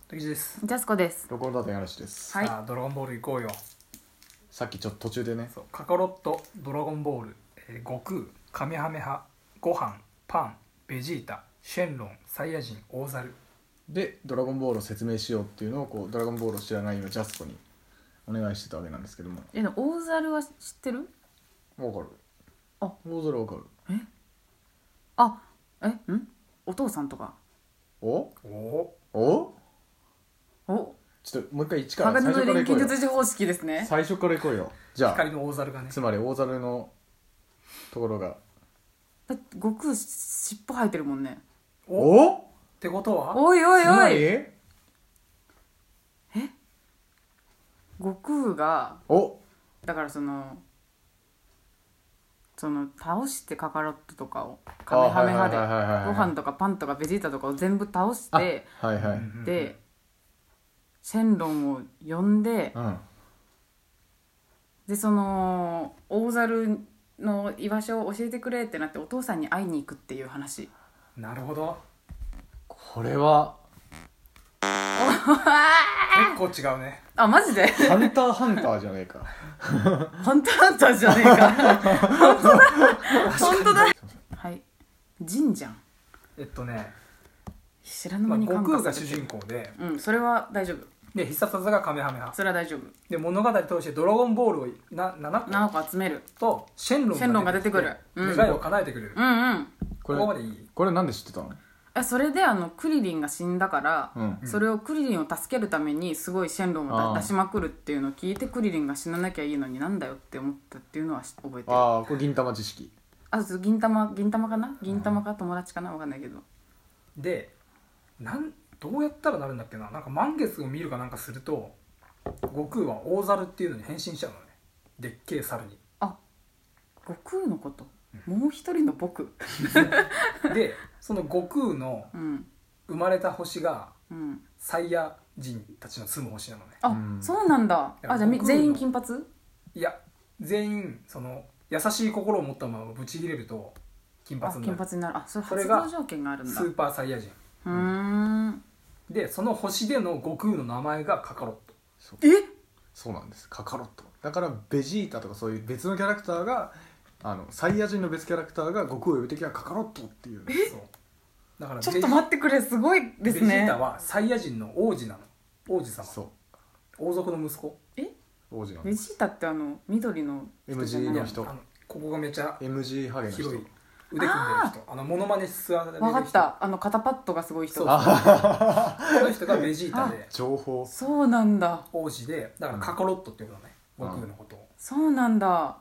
時です。 ジャスコです。 録音だとやらしです。 はい。 さあドラゴンボール行こうよ。 さっきちょっと途中でね、 そうカカロット、ドラゴンボール、悟空、カメハメハ、ご飯、パン、ベジータ、シェンロン、サイヤ人、大猿でドラゴンボールを説明しようっていうのをこうドラゴンボールを知らない今ジャスコにお願いしてたわけなんですけども。 でも大猿は知ってる？ わかる。 あ、 大空わかる。 お父さんとか。 おおちょっともう一回一から鋼の錬金最初から行こうよ。 術師方式ですね。 最初から行こうよ。じゃあ光の大猿がね。 つまり大猿のところがだって悟空尻尾生えてるもんね。 おってことはおいおいつまりおい。悟空がおだからその倒してカカロットとかをカメハメハでご飯とかパンとかベジータとかを全部倒して、 はいはい、 でシェンロンを呼んで、でその大猿の居場所を教えてくれってなってお父さんに会いに行くっていう話。 なるほど。 これは結構違うね。 あ、マジでハンターハンターじゃねえかハンターハンターじゃねえか本当だはい、ジンじゃん。知らぬ間に悟感化されてる。 空が主人公で、 それは大丈夫。 で必殺技がカメハメハそれは大丈夫。 で物語通してドラゴンボールを7 7個集めるとシェンロンが出てくる、願いを叶えてくれる、ここまでいい。 これなんで知ってたの？ それでクリリンが死んだから、それをクリリンを助けるためにすごいシェンロンを出しまくるっていうのを聞いて、クリリンが死ななきゃいいのになんだよって思ったっていうのは覚えてる。 ああ、これ銀玉知識。 そう銀玉かな、銀玉か友達かな、分かんないけど。 でどうやったらなるんだっけな、なんか満月を見るかなんかすると悟空は大猿っていうのに変身しちゃうのね、でっけえ猿に。 悟空のこと、もう一人の僕でその悟空の生まれた星がサイヤ人たちの住む星なのね。 そうなんだ。じゃあ全員金髪？ いや、全員その優しい心を持ったままブチ切れると金髪になる。 金髪になる。それ発動条件があるんだ。 スーパーサイヤ人で、その星での悟空の名前がカカロット。 そうなんです、カカロットだから。ベジータとかそういう別のキャラクターがサイヤ人の別キャラクターが悟空を呼ぶときはカカロットっていう。 そうだからちょっと待ってくれ、すごいですね。 ベジータはサイヤ人の王子なの。王子様。 そう、 王族の息子。 王子なんベジータって緑の人じゃない？ MG の人。 ここがめちゃ MG ハゲの人、 広い腕組んでる人、モノマネ座れる人。 分かった。肩パッドがすごい人。 そうこの人がベジータで情報。 そうなんだ。 王子で、だからカカロットっていうのね、悟空のことを。 そうなんだ。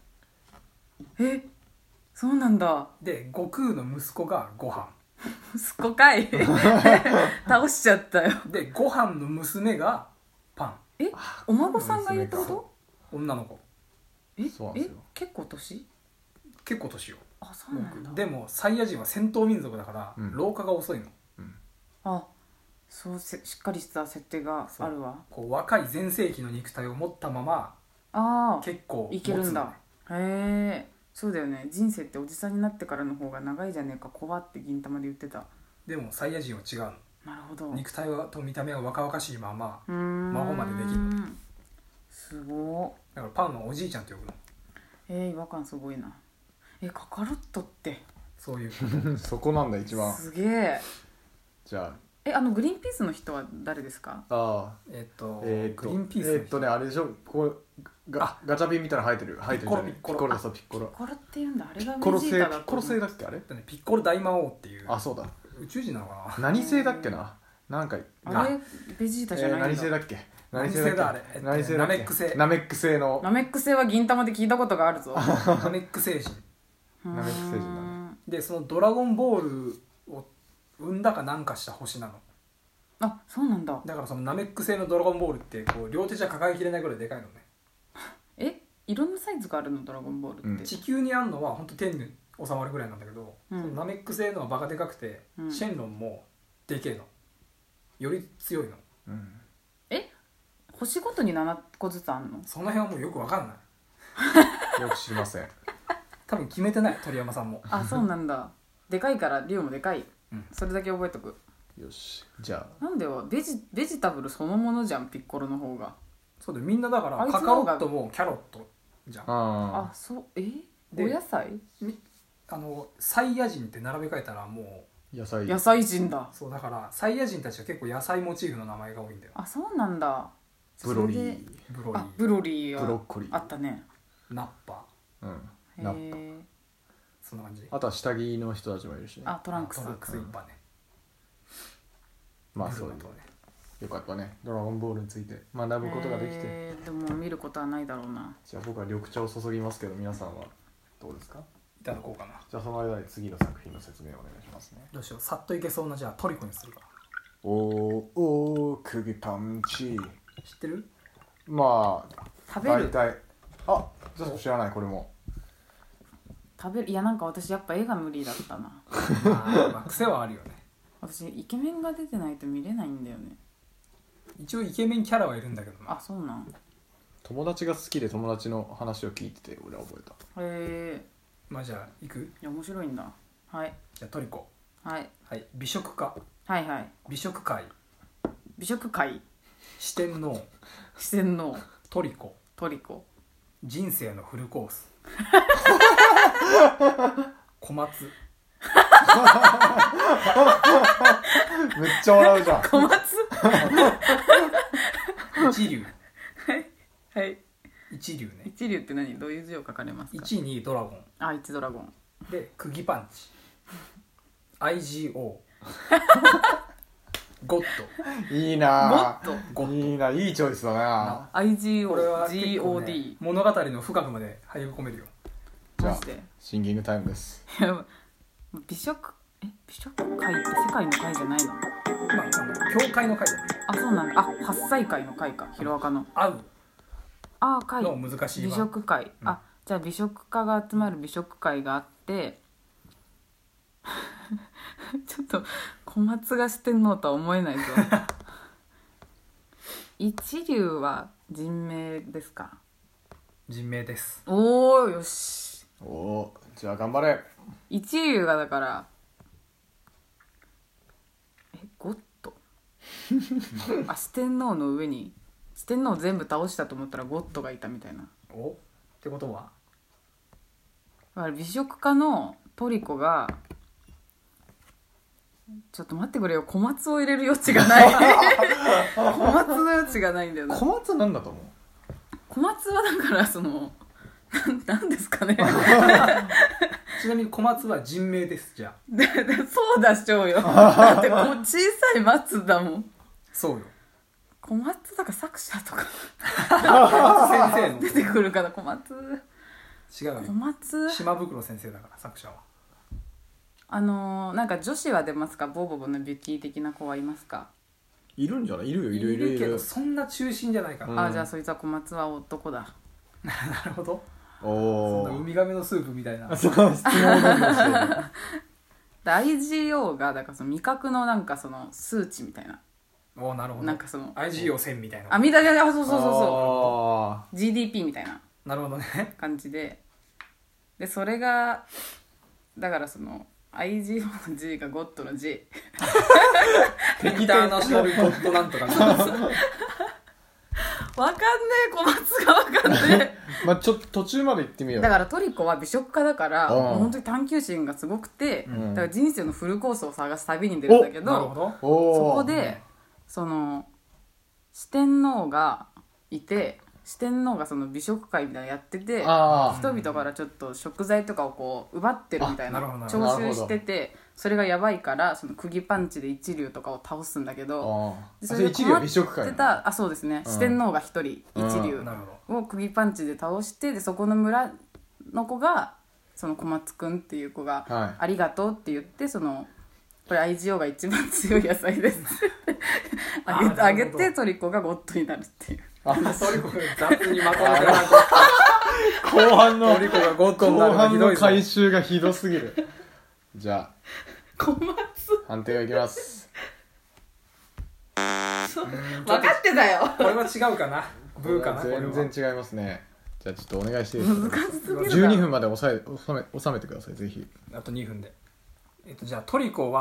そうなんだ。 で悟空の息子がご飯息子かい倒しちゃったよ。 でご飯の娘がパン。 お孫さんがいるってこと？ 女の子。 そうなんですよ。 結構年？ 結構年よ。 そうなんだ。 でもサイヤ人は戦闘民族だから、老化が遅いの。 そうしっかりした設定があるわ。 こう若い全盛期の肉体を持ったまま結構いけるんだ。へえ。そうだよね、人生っておじさんになってからの方が長いじゃねえか、怖って銀玉で言ってた。 でもサイヤ人は違うの。 なるほど。 肉体と見た目は若々しいまま魔法までできるの。 すごい。 だからパンのおじいちゃんって呼ぶの。 違和感すごいな。カカロットってそういうそこなんだ一番。 すげえ。 じゃグリーンピースの人は誰ですか？ グリーンピースあれでしょ、こうガチャピンみたいなの生えてるじゃん。ピッコロピッコロって言うんだ。あれがベピジータだッコロ星だっけあれ？ ピッコロ大魔王っていう。 そうだ。 宇宙人なのかな。何星だっけな。なんかあれベジータじゃないんだ。 何星だっけ？ 何星だあれ。ナメック星。 ナメック星の。 ナメック星は銀玉で聞いたことがあるぞ。 ナメック星人。 ナメック星人だね。 でそのドラゴンボールを生んだかなんかした星なの。 そうなんだ。 だからそのナメック星のドラゴンボールってこう両手じゃ抱えきれないぐらいでかいのね。 いろんなサイズがあるの、ドラゴンボールって。 地球にあるのは本当天に収まるぐらいなんだけど、そのナメック星のはバカでかくて、シェンロンもでけえの、より強いの。 星ごとに7個ずつあんの？ その辺はもうよく分かんない。 よく知りません。 多分決めてない、鳥山さんも。 そうなんだ。でかいから量もでかい、 うん、 それだけ覚えとく。 よしじゃなんでよベジタブルそのものじゃんピッコロの方が。 そうだよみんなだからあいつカカロットもキャロットじゃん。 ああそうでお野菜サイヤ人って並べ替えたらも野菜野菜人だ。 うそうだからサイヤ人たちは結構野菜モチーフの名前が多いんだよ。 あそうなんだ。 ブロリそれでーブロリー、 ブロリーブロッはコリーあったね。 ナッパうんへナッパえ。 そんな感じ。 あとは下着の人たちもいるしねあトランクス。 トランクスいっぱいね。 まあそういうブルマとねよかったねドラゴンボールについて学ぶことができてでも見ることはないだろうな。 じゃあ僕は緑茶を注ぎますけど皆さんはどうですか。 いただこうかな。 じゃあその間に次の作品の説明をお願いしますね。 どうしようさっといけそうなじゃあトリコにするか。 釘パンチ知ってる？ まあ食べる大体あちょっと知らないこれもいやなんか私やっぱ絵が無理だったな。 まあ癖はあるよね。 私イケメンが出てないと見れないんだよね。 一応イケメンキャラはいるんだけどな。 あそうなん。へ友達が好きで友達の話を聞いてて俺は覚えた。 え。 まあじゃあ行く？ いや面白いんだ。はいじゃあトリコ。 はいはい美食家はいはい。 美食界美食界四天王四天王トリコトリコ人生のフルコース小松めっちゃ笑うじゃん小松一流はい一流ね。 一流って何どういう字を書かれますか。 1にドラゴンあ一ドラゴン。 で釘パンチIGO ゴッいいなゴッゴッドいいないいチョイスだな。 これは結構、ね IGOGOD、 物語の深くまで入り込めるよ。 じゃあマジでシンキングタイムですいや美食会って世界の会じゃないの。 まあ教会の会だね。 あそうなんだ。あ8歳会の会かヒロアカの。 会う会の難しい美版。 食会、あじゃあ美食家が集まる美食会があってちょっと小松が四天王とは思えないぞ一流は人名ですか。 人名です。 おおよし。 おおじゃあ頑張れ。 一流がだからゴッドあ四天王の上に四天王全部倒したと思ったらゴッドがいたみたいな。 おってことはだから美食家のトリコがちょっと待ってくれよ小松を入れる余地がない小松の余地がないんだよな。 小松は何だと思う。 小松はだからそのなんですかねちなみに小松は人名です。じゃあそうだしょうよだって小さい松だもん。 そうよ。 小松だから作者とか小松先生の出てくるから小松違うよ。 小松島袋先生だから作者は。 なんか女子は出ますか。ボーボボのビューティー的な子はいますか。 いるんじゃない。いるよいるいいるいるるけどそんな中心じゃないから、 うんあじゃあそいつは小松は男だ。 なるほど。 おおそんなウミガメのスープみたいな。 そう質問をどんどんしてるで IGO がだからその味覚のなんかその数値みたいなおなるほど。 なんかその IG を1000みたいな。 あみたいなそうそうそうそあう GDP みたいななるほどね。 感じでそれがだからその IGO の G がゴッドの G インターナショナルゴッドなんとかわかんねえ小松がわかんねまあちょっと途中まで行ってみよう。 えだからトリコは美食家だからうんもう本当に探求心がすごくて、 んだから人生のフルコースを探す旅に出るんだけどなるほど。 おそおこでその四天王がいて四天王がその美食会みたいなのやっててあ人々からちょっと食材とかをこう奪ってるみたいなあなるほどなるほど徴収しててそれがやばいからその釘パンチで一流とかを倒すんだけどあそれ一流は美食会困ってたそうですね、四天王が一人一流なるほど。 を釘パンチで倒してでそこの村の子がその小松くんっていう子がはいありがとうって言ってそのこれ IGO が一番強い野菜ですあげてトリコがゴッドになるっていうトリコが雑にまとめてなんか後半のトリコがゴッドにな後半のるのひどいぞ。 回収がひどすぎるじゃ小松あ判定がいきます分かってたよこれは違うかな。ブーかな。これは全然違いますね。じゃあちょっとお願いしていいですか。 難しすぎる 12分まで収めてくださいぜひ。 あと2分で。じゃあトリコは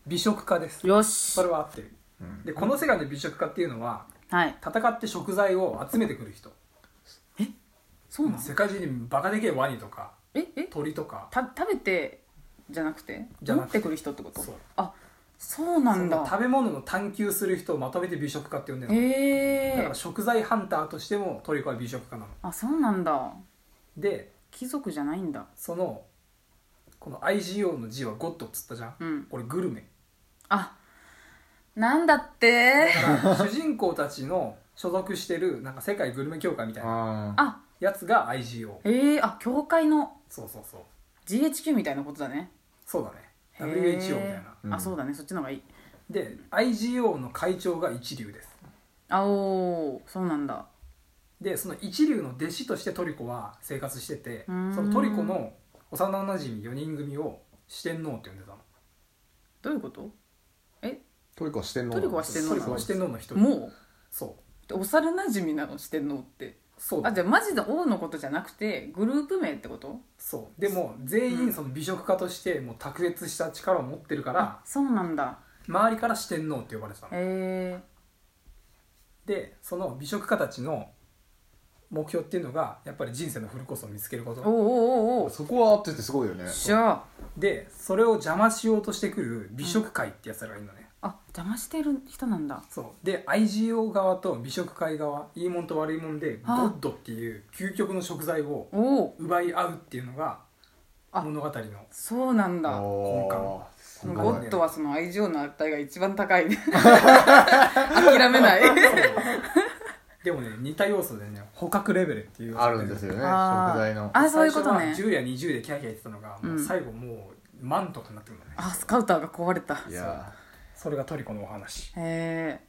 美食家です。 よしそれは合ってる。でこの世界の美食家っていうのははい戦って食材を集めてくる人。 そうなの世界中にバカでけえワニとかえ鳥とか食べてじゃなくてじゃなくて持ってくる人ってことそうあそうなんだその食べ物の探求する人をまとめて美食家って呼んでるの、だから食材ハンターとしてもトリコは美食家なのあそうなんだで貴族じゃないんだこの IGO の字はゴッドっつったじゃん、 うんこれグルメあなんだってだから主人公たちの所属してるなんか世界グルメ協会みたいなあやつが IGO。 あ教会のそうそうそう GHQ みたいなことだねそうだねへー WHO みたいな。 あそうだねそっちの方がいいで IGO の会長が一流です。 あおーそうなんだでその一流の弟子としてトリコは生活してて、そーんのトリコの幼なじみ4人組を四天王って呼んでたの。 どういうことトリコは四天王トリコは四天王トリコは四天王の一人。 もそうう幼なじみなの四天王ってそうあじゃあマジで王のことじゃなくてグループ名ってことそうでも全員その美食家としてもう卓越した力を持ってるからそうなんだ周りから四天王って呼ばれてたの。 へえでその美食家たちの目標っていうのがやっぱり人生のフルコースを見つけるこおおとおおそこは合っててすごいよね。 しゃあでそれを邪魔しようとしてくる美食界ってやつらがいるのね、 あ邪魔してる人なんだそうで IGO 側と美食界側いいもんと悪いもんでゴはあッドっていう究極の食材をおお奪い合うっていうのがあ物語のそうなんだおーすごいゴッドはその愛情の値が一番高い諦めないでもね似た要素でね捕獲レベルっていう要素あるんですよね、食あー材の。 あそういうことね最初は10や20でキャーキャー言ってたのが、もう最後もう万とかになってくるのね。 あスカウターが壊れたいやそれがトリコのお話。 へえ